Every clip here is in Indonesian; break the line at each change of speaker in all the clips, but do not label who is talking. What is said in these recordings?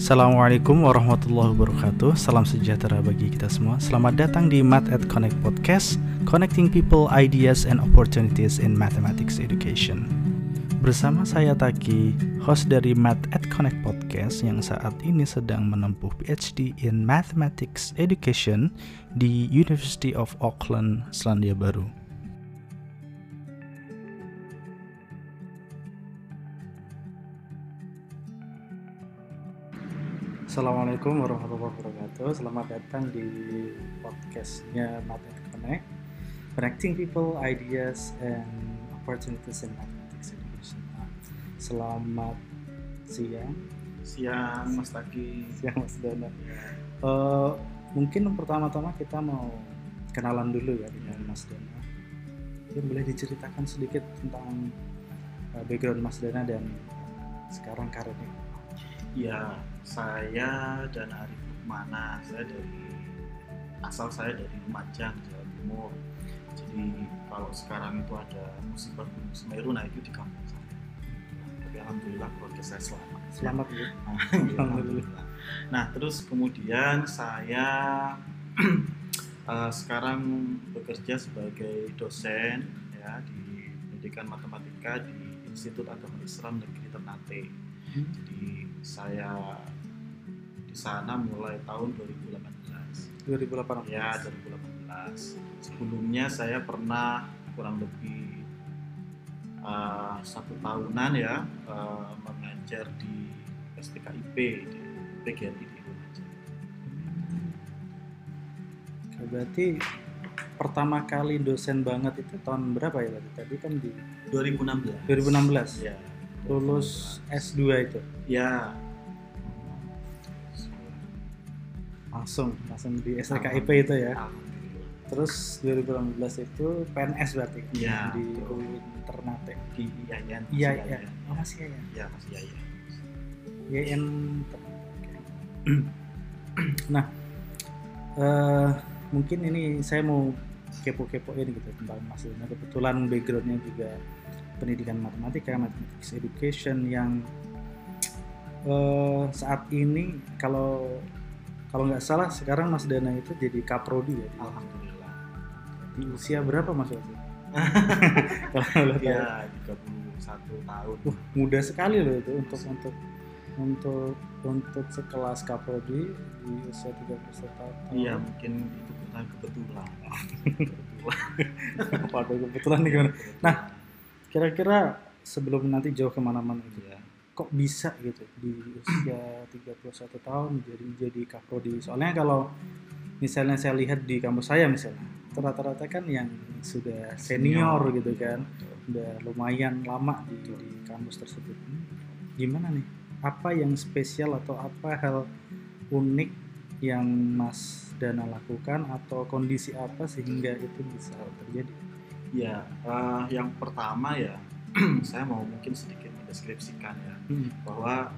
Assalamualaikum warahmatullahi wabarakatuh. Salam sejahtera bagi kita semua. Selamat datang di Math at Connect Podcast, Connecting People, Ideas, and Opportunities in Mathematics Education. Bersama saya Taki, host dari Math at Connect Podcast yang saat ini sedang menempuh PhD in Mathematics Education di University of Auckland, Selandia Baru. Assalamualaikum warahmatullahi wabarakatuh. Selamat datang di podcastnya Math at Connect, Connecting People, Ideas, and Opportunities in Mathematics Education. Selamat siang.
Siang Mas Taki.
Siang Mas Dana. Mungkin pertama-tama kita mau kenalan dulu ya dengan Mas Dana. Mungkin boleh diceritakan sedikit tentang background Mas Dana dan sekarang karirnya.
Ya, saya Dana Arif Lukmana. Asal saya dari Lumajang, Jawa Timur. Jadi kalau sekarang itu ada musibah Gunung Semeru, nah itu di kampung saya. Tapi alhamdulillah keluarga saya selamat.
Selamat ya.
Alhamdulillah. Nah terus kemudian saya sekarang bekerja sebagai dosen ya di pendidikan matematika di Institut Agama Islam Negeri Ternate. Jadi saya di sana mulai tahun 2018.
2018.
Ya, 2018. Sebelumnya saya pernah kurang lebih 1 tahunan ya mengajar di STKIP di PGRI di Lumajang.
Berarti pertama kali dosen banget itu tahun berapa ya tadi? Tadi kan di
2016.
2016.
Ya.
Lulus S2 itu.
Ya.
Langsung di STKIP itu ya. Terus 2018 itu PNS berarti
ya,
di UIN Ternate
di IAIN.
Iya. Oh, masih IAIN.
Ya, masih IAIN.
IAIN. Nah, mungkin ini saya mau kepo-kepoin gitu tentang Mas Dana. Kebetulan backgroundnya juga pendidikan matematika, mathematics education yang saat ini kalau nggak salah sekarang Mas Dana itu jadi kaprodi ya.
Alhamdulillah.
Di usia berapa Mas waktu?
Kalau ya 31 tahun.
Muda sekali loh itu untuk sekelas kaprodi di usia 31 tahun.
Iya, mungkin itu bukan kebetulan.
Waduh, kebetulan nih gimana? Nah, kira-kira sebelum nanti jauh kemana-mana gitu ya, kok bisa gitu di usia 31 tahun jadi kaprodi? Soalnya kalau misalnya saya lihat di kampus saya misalnya, rata-rata kan yang sudah senior gitu kan, udah lumayan lama di kampus tersebut. Gimana nih? Apa yang spesial atau apa hal unik yang Mas Dana lakukan atau kondisi apa sehingga itu bisa terjadi?
Ya, yang pertama ya, saya mau mungkin sedikit mendeskripsikan ya, bahwa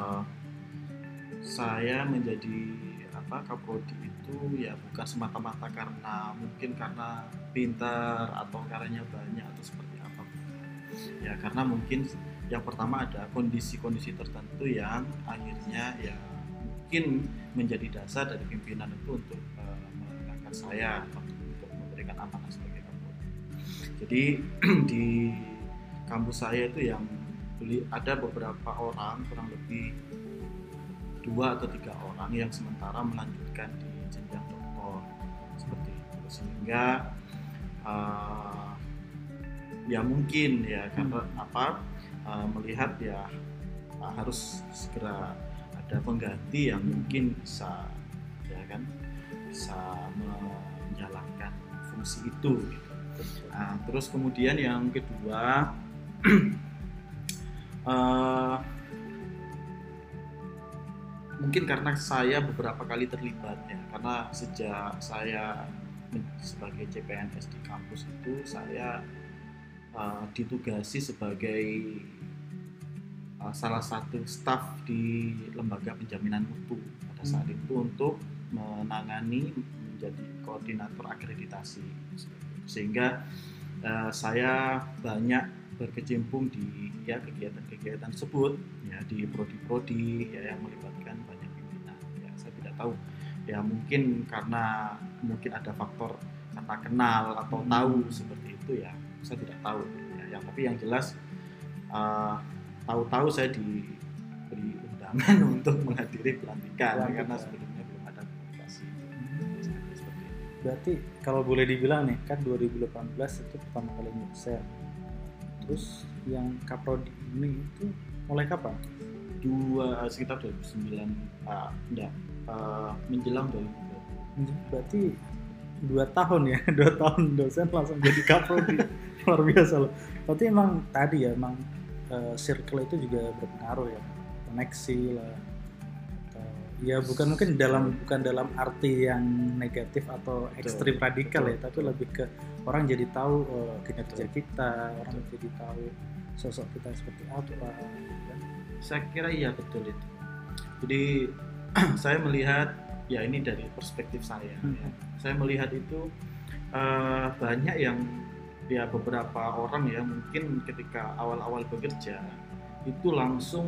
saya menjadi kaprodi itu ya bukan semata-mata karena pintar atau karyanya banyak atau seperti apa. Ya karena mungkin yang pertama ada kondisi-kondisi tertentu yang akhirnya ya mungkin menjadi dasar dari pimpinan itu untuk mengangkat saya untuk memberikan amanah sebagai kaprodi. Jadi di kampus saya itu yang ada beberapa orang, kurang lebih 2 atau 3 orang yang sementara melanjutkan di jenjang doktor seperti itu, sehingga ya mungkin ya karena melihat ya harus segera ada pengganti yang mungkin bisa menjalankan fungsi itu gitu. Nah, terus kemudian yang kedua mungkin karena saya beberapa kali terlibat ya, karena sejak saya sebagai CPNS di kampus itu saya ditugasi sebagai salah satu staf di lembaga penjaminan mutu pada saat itu untuk menangani menjadi koordinator akreditasi, sehingga saya banyak berkecimpung di ya kegiatan-kegiatan tersebut ya, di prodi-prodi ya yang melibatkan banyak pimpinan. Ya saya tidak tahu ya, mungkin karena mungkin ada faktor karena kenal atau tahu seperti itu ya, saya tidak tahu ya, tapi yang jelas tahu-tahu saya diberi undangan untuk menghadiri pelantikan karena sebelumnya belum ada komunikasi seperti itu.
Berarti kalau boleh dibilang nih, kan 2018 itu pertama kali nyuksel. Terus yang kaprodi ini itu mulai kapan?
Sekitar 2009, menjelang 2020.
Berarti 2 tahun ya, 2 tahun dosen langsung jadi kaprodi. Luar biasa loh. Berarti emang tadi ya, emang circle itu juga berpengaruh ya, koneksi lah. Ya bukan dalam arti yang negatif atau ekstrim radikal ya, tapi lebih ke orang jadi tahu kinerja kita, orang jadi tahu sosok kita seperti apa.
Saya kira iya, betul itu. Jadi saya melihat ya, ini dari perspektif saya ya. Saya melihat itu banyak yang ya, beberapa orang ya mungkin ketika awal-awal bekerja itu langsung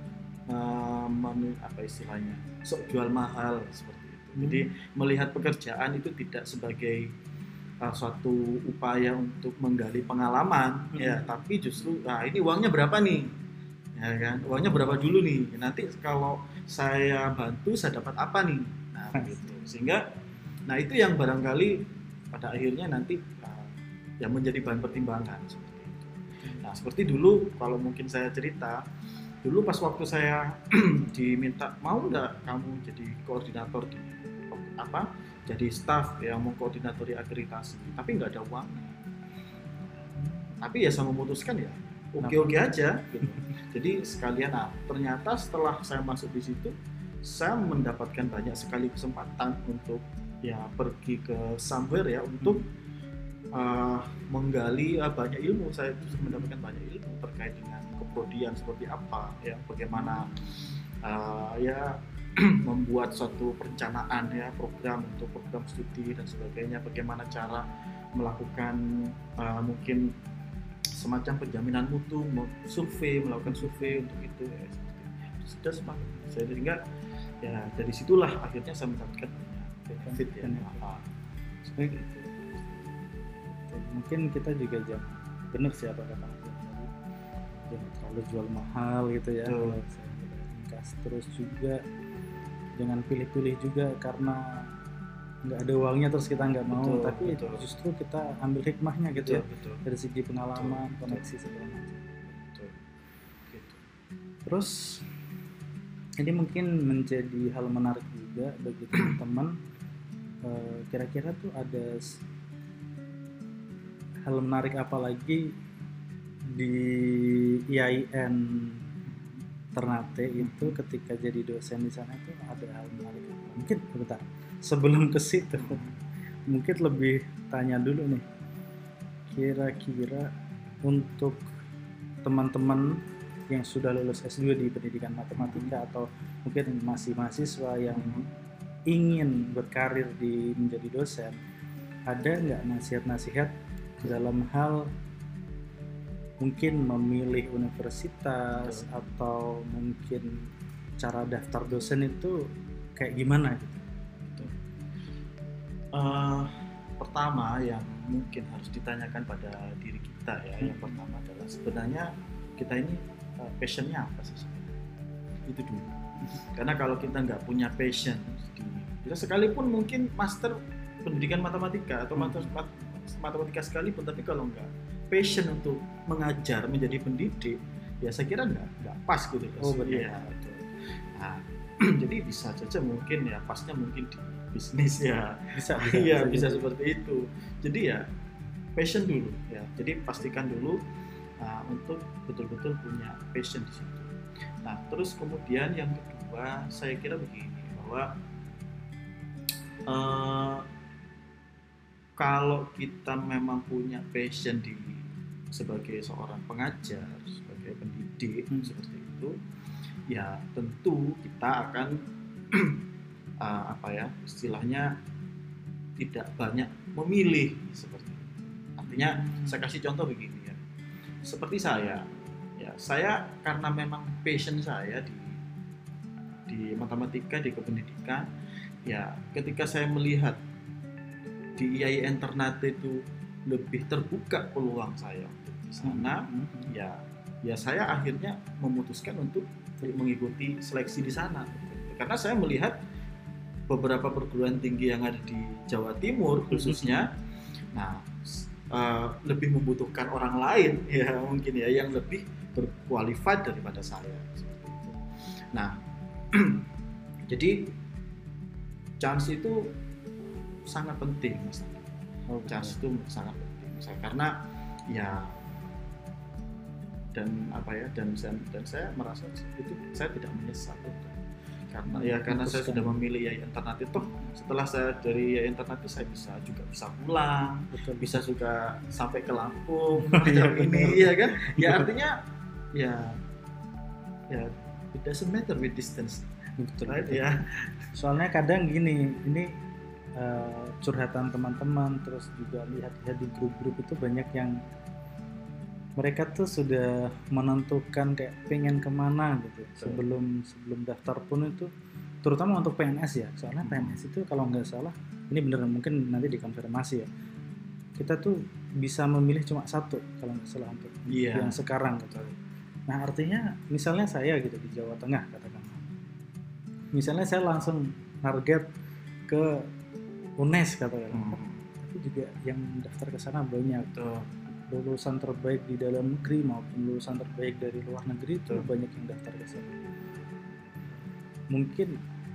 apa istilahnya, sok jual mahal seperti itu. Jadi melihat pekerjaan itu tidak sebagai suatu upaya untuk menggali pengalaman ya, tapi justru ini uangnya berapa nih ya kan, uangnya berapa dulu nih, nanti kalau saya bantu saya dapat apa nih, gitu. Sehingga itu yang barangkali pada akhirnya nanti yang menjadi bahan pertimbangan seperti itu. Nah seperti dulu, kalau mungkin saya cerita dulu pas waktu saya diminta, mau nggak kamu jadi koordinator di jadi staff yang mengkoordinatori akreditasi, tapi nggak ada uangnya. Tapi ya saya memutuskan ya oke aja gitu. Jadi sekalian ternyata setelah saya masuk di situ, saya mendapatkan banyak sekali kesempatan untuk ya pergi ke somewhere ya, untuk menggali banyak ilmu. Saya bisa mendapatkan banyak ilmu terkait dengan keprodian seperti apa ya, bagaimana ya membuat suatu perencanaan ya, program untuk program studi dan sebagainya, bagaimana cara melakukan mungkin semacam penjaminan mutu, melakukan survei untuk itu ya, sudah sepakat. Sehingga ya dari situlah akhirnya saya mendapatkan benefit ya.
Seperti itu. Mungkin kita juga jangan, benar sih apa kata aku tadi, jangan terlalu jual mahal gitu ya. Terus juga jangan pilih-pilih juga karena nggak ada uangnya terus kita nggak mau, tapi justru kita ambil hikmahnya gitu ya, dari segi pengalaman, koneksi segala macam. Terus ini mungkin menjadi hal menarik juga bagi teman-teman. Kira-kira tuh ada hal menarik apa lagi di IAIN Ternate itu ketika jadi dosen di sana itu, ada hal menarik apa? Mungkin bentar, sebelum ke situ mungkin lebih tanya dulu nih, kira-kira untuk teman-teman yang sudah lulus S2 di pendidikan matematika atau mungkin masih mahasiswa yang ingin berkarir di menjadi dosen, ada nggak nasihat-nasihat dalam hal mungkin memilih universitas atau mungkin cara daftar dosen itu kayak gimana gitu?
Pertama yang mungkin harus ditanyakan pada diri kita ya, yang pertama adalah sebenarnya kita ini passionnya apa sih sebenarnya? Itu dulu. Karena kalau kita nggak punya passion, kita sekalipun mungkin master pendidikan matematika atau matematika sekalipun, tapi kalau nggak passion untuk mengajar, menjadi pendidik, ya saya kira nggak pas gitu ya.
Benar.
Nah, jadi bisa saja mungkin ya pasnya mungkin di bisnis ya, bisa seperti itu. Jadi ya passion dulu ya. Jadi pastikan dulu untuk betul-betul punya passion di situ. Nah, terus kemudian yang kedua saya kira begini, bahwa kalau kita memang punya passion sebagai seorang pengajar, sebagai pendidik seperti itu, ya tentu kita akan istilahnya tidak banyak memilih seperti itu. Artinya saya kasih contoh begini ya, seperti saya, ya saya karena memang passion saya di matematika, di kependidikan, ya ketika saya melihat di IAIN Ternate itu lebih terbuka peluang saya untuk di sana, ya saya akhirnya memutuskan untuk mengikuti seleksi di sana, karena saya melihat beberapa perguruan tinggi yang ada di Jawa Timur khususnya, nah lebih membutuhkan orang lain ya mungkin ya yang lebih berqualified daripada saya seperti itu. Nah jadi chance itu sangat penting, Mas. Chance itu sangat penting karena ya dan saya merasa itu saya tidak menyesal itu. Karena saya sudah memilih IAIN Ternate itu. Setelah saya dari IAIN Ternate saya bisa pulang, bisa juga sampai ke Lampung macam ini ya kan. Ya artinya ya it doesn't matter with distance.
Betul,
right? Ya.
Soalnya kadang gini, ini curhatan teman-teman, terus juga lihat di grup-grup itu banyak yang mereka tuh sudah menentukan kayak pengen kemana gitu sebelum daftar pun itu, terutama untuk PNS ya. Soalnya PNS itu kalau nggak salah, ini beneran mungkin nanti dikonfirmasi ya, kita tuh bisa memilih cuma satu kalau nggak salah untuk yang sekarang gitu. Nah artinya misalnya saya gitu di Jawa Tengah katakan, misalnya saya langsung target ke UNES katakan, tapi juga yang daftar ke sana banyak tuh. Lulusan terbaik di dalam negeri maupun lulusan terbaik dari luar negeri itu banyak yang daftar ke sana. Mungkin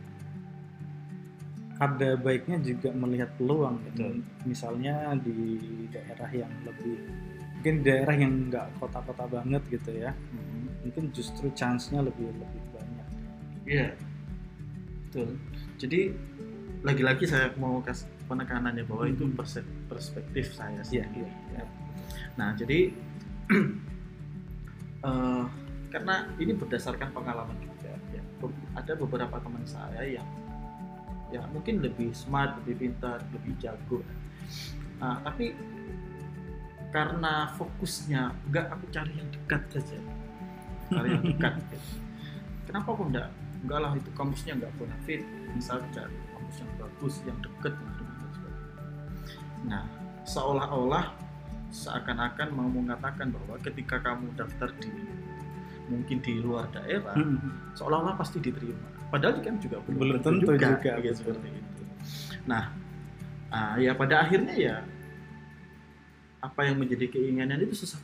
ada baiknya juga melihat peluang gitu. Misalnya di daerah yang mungkin daerah yang nggak kota-kota banget gitu ya, mungkin justru chance-nya lebih banyak.
Iya, betul. Jadi lagi-lagi saya mau kasih penekanannya bahwa itu perspektif saya sendiri. Ya. Nah, jadi karena ini berdasarkan pengalaman juga, ya. Ada beberapa teman saya yang ya mungkin lebih smart, lebih pintar, lebih jago. Tapi karena fokusnya enggak, aku cari yang dekat saja, cari yang dekat. Kenapa kok enggak lah, itu kampusnya enggak bonafit, misal cari kampus yang bagus, yang dekat. Nah, seolah-olah seakan-akan mau mengatakan bahwa ketika kamu daftar mungkin di luar daerah, seolah-olah pasti diterima. Padahal kan juga belum tentu juga seperti itu. Nah, ya pada akhirnya ya apa yang menjadi keinginan itu susah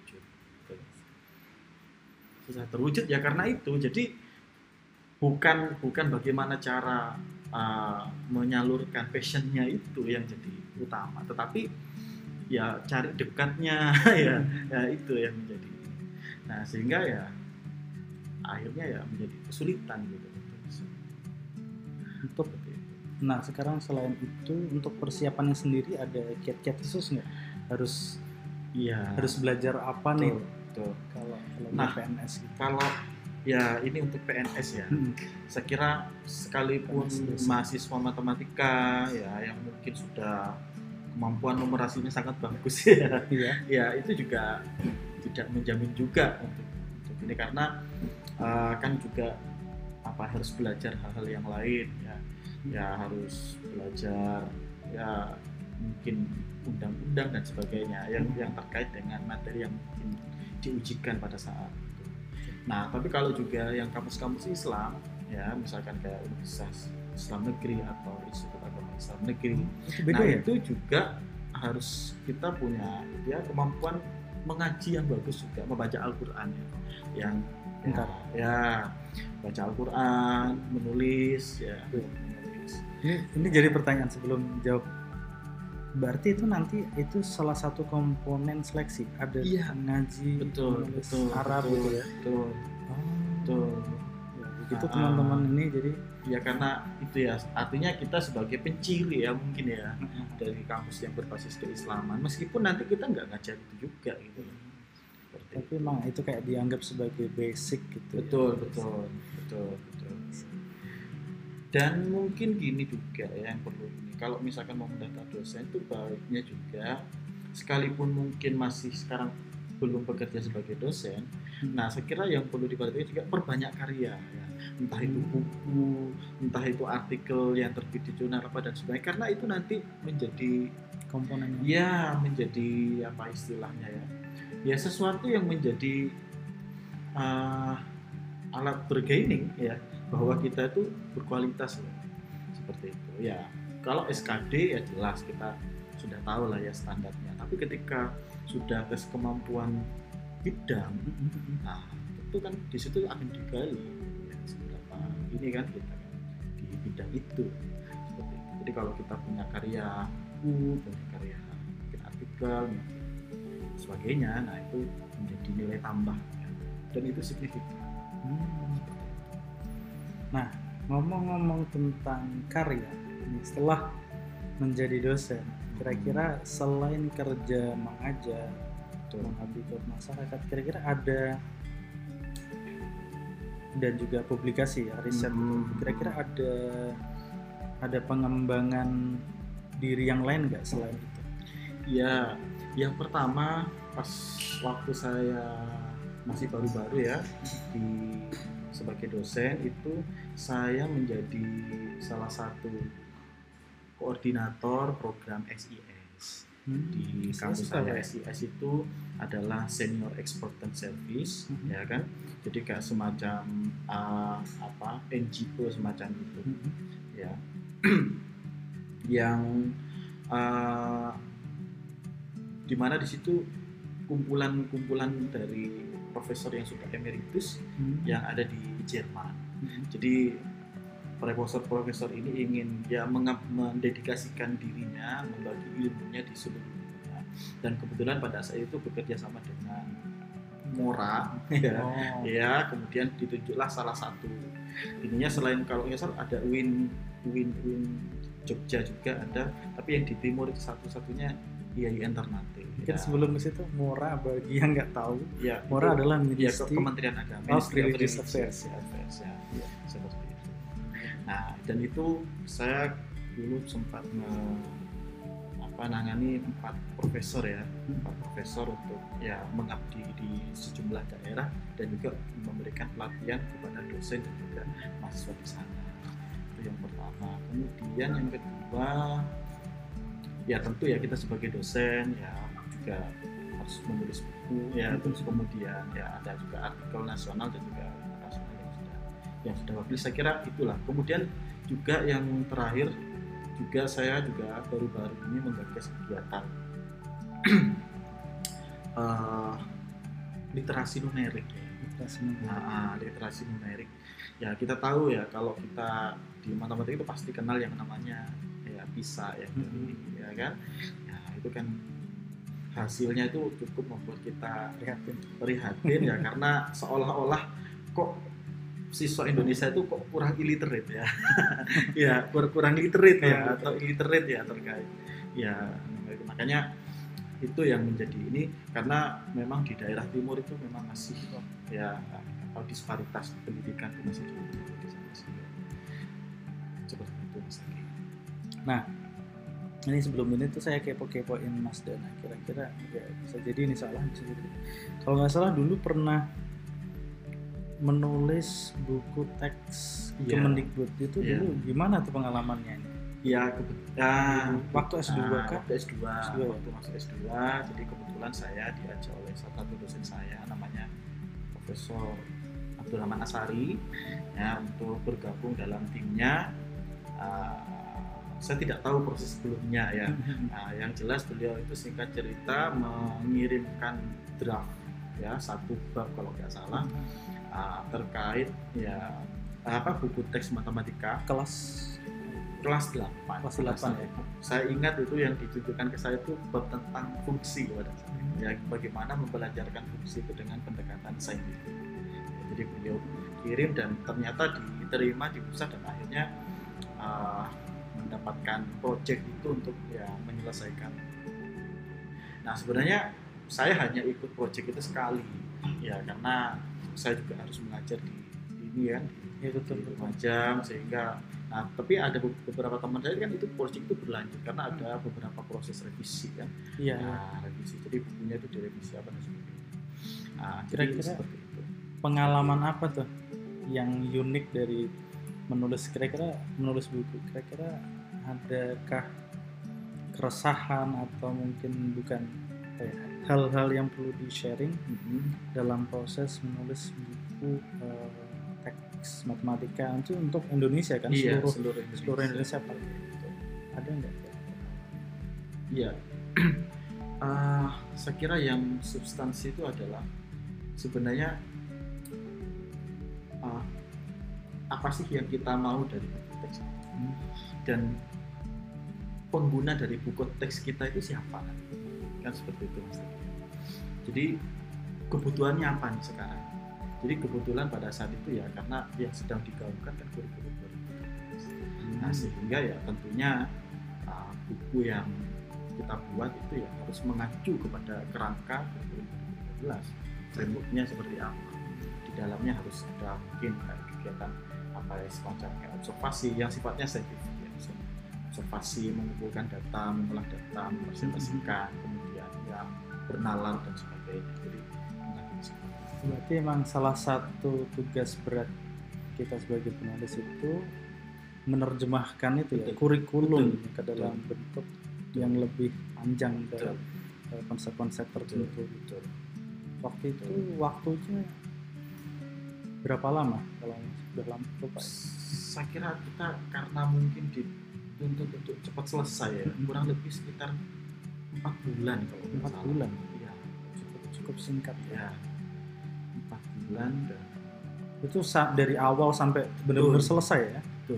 terwujud ya karena itu. Jadi bukan bagaimana cara menyalurkan passionnya itu yang jadi utama, tetapi ya cari dekatnya ya itu yang menjadi. Nah sehingga ya akhirnya ya menjadi kesulitan gitu
untuk. Nah sekarang selain itu untuk persiapannya sendiri ada kiat-kiat khusus nggak? Harus belajar apa nih? Kalau PNS gitu.
Kalau ya ini untuk PNS ya, saya kira sekalipun mahasiswa matematika ya yang mungkin sudah kemampuan numerasinya sangat bagus ya itu juga tidak menjamin juga untuk ini, karena kan juga harus belajar hal-hal yang lain ya harus belajar ya mungkin undang-undang dan sebagainya yang terkait dengan materi yang mungkin diujikan pada saat itu. Nah tapi kalau juga yang kampus-kampus Islam ya misalkan kayak Universitas Islam Negeri atau Institut Agama Islam Negeri, itu juga harus kita punya ya kemampuan mengaji yang bagus juga, membaca Al-Quran yang baca Al-Quran, menulis ya.
Ini jadi pertanyaan sebelum jawab. Berarti itu nanti itu salah satu komponen seleksi, ada ngaji, menulis Arab gitu ya.
Betul.
Itu teman-teman ini jadi
ya karena itu ya artinya kita sebagai penciri ya mungkin ya dari kampus yang berbasis keislaman, meskipun nanti kita nggak ngajar itu juga gitu.
Tapi memang itu kayak dianggap sebagai basic gitu.
Betul. Dan mungkin gini juga ya yang perlu ini, kalau misalkan mau mendaftar dosen itu baiknya juga sekalipun mungkin masih sekarang belum bekerja sebagai dosen, nah saya kira yang perlu diperhatikan juga perbanyak karya ya. Entah itu buku, entah itu artikel yang terbit di jurnal apa dan sebagainya, karena itu nanti menjadi
komponennya.
ya menjadi apa istilahnya ya sesuatu yang menjadi alat bergaining ya, bahwa kita itu berkualitas loh, seperti itu ya. Kalau SKD ya jelas kita sudah tahu lah ya standarnya, tapi ketika sudah tes kemampuan bidang, nah itu kan di situ akan digali ya, seberapa ini kan kita kan di bidang itu, seperti itu. Jadi kalau kita punya karya buku, punya karya mungkin artikel sebagainya, nah itu menjadi nilai tambah ya, dan itu signifikan.
Nah, ngomong-ngomong tentang karya, setelah menjadi dosen, kira-kira selain kerja mengajar, mengabdi ke masyarakat, kira-kira ada dan juga publikasi ya, riset, kira-kira ada pengembangan diri yang lain nggak selain itu?
Ya, yang pertama pas waktu saya masih baru-baru ya sebagai dosen itu saya menjadi salah satu koordinator program SIS di kampus saya. SIS itu adalah Senior Expertise Service ya kan, jadi kayak semacam NGO semacam itu ya yang dimana di situ kumpulan dari profesor yang sudah emeritus yang ada di Jerman. Jadi profesor ini ingin ya mendedikasikan dirinya, membagi ilmunya di seluruh dunia. Dan kebetulan pada saat itu bekerja sama dengan Mora, ya kemudian ditunjuklah salah satu ininya, selain kalau nggak salah ada Win Jogja juga ada, tapi yang di timur itu satu-satunya IAIN Ternate.
Mungkin sebelum ke situ, Mora bagi yang nggak tahu,
ya,
Mora adalah Ministry
Kementerian Agama,
of Religious Affairs
ya, seperti itu. Nah, dan itu saya dulu sempat nangani 4 profesor untuk ya mengabdi di sejumlah daerah dan juga memberikan pelatihan kepada dosen dan juga mahasiswa di sana. Itu yang pertama. Kemudian yang kedua, ya tentu ya kita sebagai dosen ya juga harus menulis buku ya, terus kemudian ya ada juga artikel nasional dan juga internasional yang sudah publis. Saya kira itulah. Kemudian juga yang terakhir juga saya juga baru-baru ini menggagas kegiatan literasi numerik ya. Literasi numerik ya, kita tahu ya kalau kita di matematika itu pasti kenal yang namanya ya PISA ya, ya kan ya, itu kan hasilnya itu cukup membuat kita prihatin ya, karena seolah-olah kok siswa Indonesia itu kok kurang illiterate ya ya kurang literate ya, atau illiterate ya terkait ya, makanya itu yang menjadi ini, karena memang di daerah timur itu memang masih ya disparitas pendidikan itu masih seperti itu Mas Aki.
Nah, ini sebelum ini tuh saya kepo-kepoin Mas Dana, kira-kira ya, bisa jadi ini salah, bisa jadi kalau nggak salah dulu pernah menulis buku teks Kemendikbud itu dulu gimana tuh pengalamannya ini?
Ya,
waktu S2 kan?
Waktu masuk S2, jadi kebetulan saya diajak oleh salah satu dosen saya namanya Profesor Abdurrahman Asari ya untuk bergabung dalam timnya. Saya tidak tahu proses sebelumnya ya. Yang jelas beliau itu singkat cerita mengirimkan draft ya, 1 bab kalau nggak salah terkait ya buku teks matematika kelas 8 ya. Saya ingat itu yang ditujukan ke saya itu bab tentang fungsi pada saya. Ya, bagaimana membelajarkan fungsi itu dengan pendekatan saintifik. Jadi beliau kirim dan ternyata diterima di pusat dan akhirnya mendapatkan proyek itu untuk ya menyelesaikan. Nah, sebenarnya saya hanya ikut proyek itu sekali ya, karena saya juga harus mengajar di ini ya, di Lumajang, sehingga tapi ada beberapa teman saya kan itu proyek itu berlanjut karena ada beberapa proses revisi kan. Revisi, jadi bukunya itu direvisi apa dan sebagainya. Jadi
Kira-kira
seperti itu.
pengalaman apa tuh yang unik dari menulis, kira-kira menulis buku, kira-kira adakah keresahan atau mungkin bukan apa ya, hal-hal yang perlu di sharing dalam proses menulis buku teks matematika itu untuk Indonesia kan,
Iya,
seluruh Indonesia Pak. Ada nggak?
Iya. Saya kira yang substansi itu adalah sebenarnya apa sih yang kita mau dari buku teks dan pengguna dari buku teks kita itu siapa, kan seperti itu Mas. Jadi kebutuhannya apa nih sekarang? Jadi kebetulan pada saat itu ya karena yang sedang digaungkan kan kurikulum 2013. Nah sehingga ya tentunya buku yang kita buat itu ya harus mengacu kepada kerangka kurikulum 2013. Frameworknya seperti apa? Di dalamnya harus ada mungkin kegiatan apa ya, semacam kayak observasi yang sifatnya saintifik ya, observasi, mengumpulkan data, mengolah data, mempresentasikan, kemudian ya bernalar dan sebagainya. Jadi
berarti emang salah satu tugas berat kita sebagai penulis itu menerjemahkan itu ya kurikulum ke dalam bentuk yang lebih panjang dalam konsep-konsep tertentu. Waktu itu waktunya berapa lama kalau sudah lama lupa?
Saya kira kita karena mungkin dituntut untuk cepat selesai ya, kurang lebih sekitar 4 bulan kalau
4 bulan
ya,
cukup singkat
ya, 4 bulan dan
itu dari awal sampai benar-benar selesai ya.
Betul.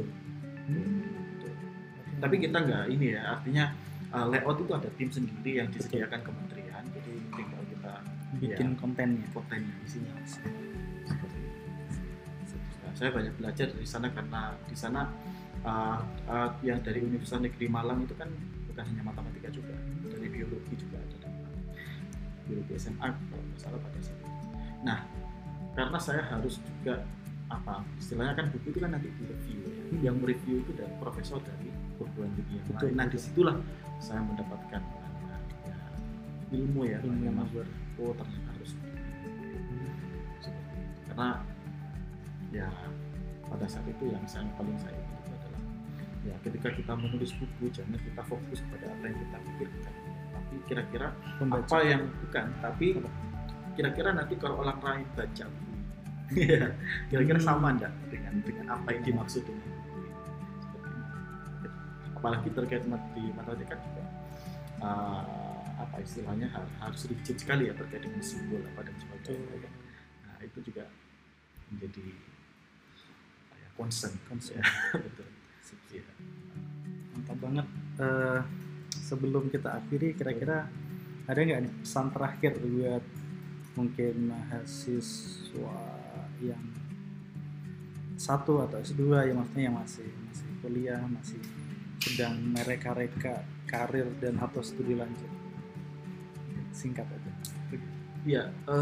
Tapi kita nggak ini ya, artinya layout itu ada tim sendiri yang disediakan kementerian, jadi tinggal kita
bikin kontennya
isinya seperti itu. Nah, saya banyak belajar dari sana karena di sana yang dari Universitas Negeri Malang itu kan bukan hanya matematika juga, dari biologi juga ada, biologi SMA kalau nggak salah pada saat itu. Nah karena saya harus juga istilahnya kan buku itu kan nanti di review ya, yang mereview itu dari profesor dari perguruan tinggi yang lain. Nah disitulah saya mendapatkan ilmu yang ternyata harus seperti itu. Karena ya pada saat itu yang paling saya ingat itu adalah ya ketika kita menulis buku jangan kita fokus pada apa yang kita pikirkan, tapi kira-kira apa yang bukan, tapi kira-kira nanti kalau orang lain baca buku kira-kira sama enggak dengan apa yang dimaksud dengan buku ini. Seperti itu. Apalagi terkait di matematika juga istilahnya harus rigid sekali ya terkait dengan simbol apa dan sebagainya. Nah itu juga menjadi concern. Ya. Betul. Ya.
Mantap banget. Sebelum kita akhiri, kira-kira ada nggak nih pesan terakhir buat mungkin mahasiswa yang satu atau S2 ya, maksudnya yang masih kuliah, masih sedang mereka-reka karir dan atau studi lanjut, singkat aja.
Iya,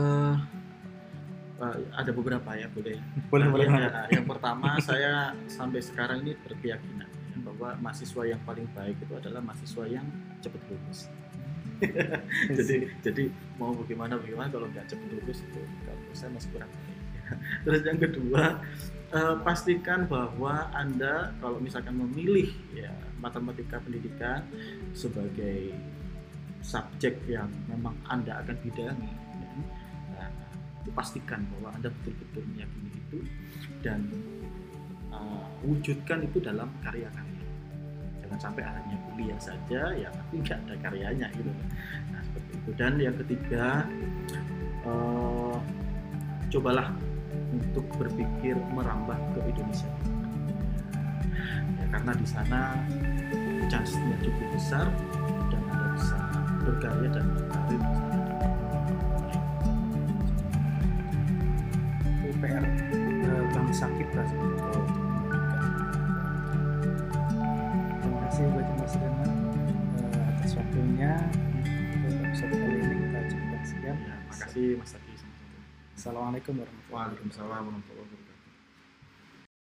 ada beberapa ya, boleh. Yang pertama saya sampai sekarang ini berkeyakinan bahwa mahasiswa yang paling baik itu adalah mahasiswa yang cepat lulus. jadi mau bagaimana kalau nggak cepat lulus itu kalau saya masih kurang baik. Terus yang kedua, pastikan bahwa Anda kalau misalkan memilih ya matematika pendidikan sebagai subjek yang memang Anda akan bidangi, pastikan bahwa Anda betul-betul meyakini itu dan wujudkan itu dalam karya-karya. Jangan sampai hanya kuliah saja ya tapi nggak ada karyanya gitu. Nah seperti itu. Dan yang ketiga, cobalah untuk berpikir merambah ke Indonesia ya, karena di sana chance-nya cukup besar dan Anda bisa berkarya dan berkarir di sana.
UPR bangsa kita sebetulnya. Terima kasih buat Mas Rena atas waktunya. Untuk episode kali ini kita cukupkan sekian.
Ya, makasih Mas Taki.
Assalamualaikum warahmatullahi wabarakatuh.
Waalaikumsalam warahmatullahi wabarakatuh.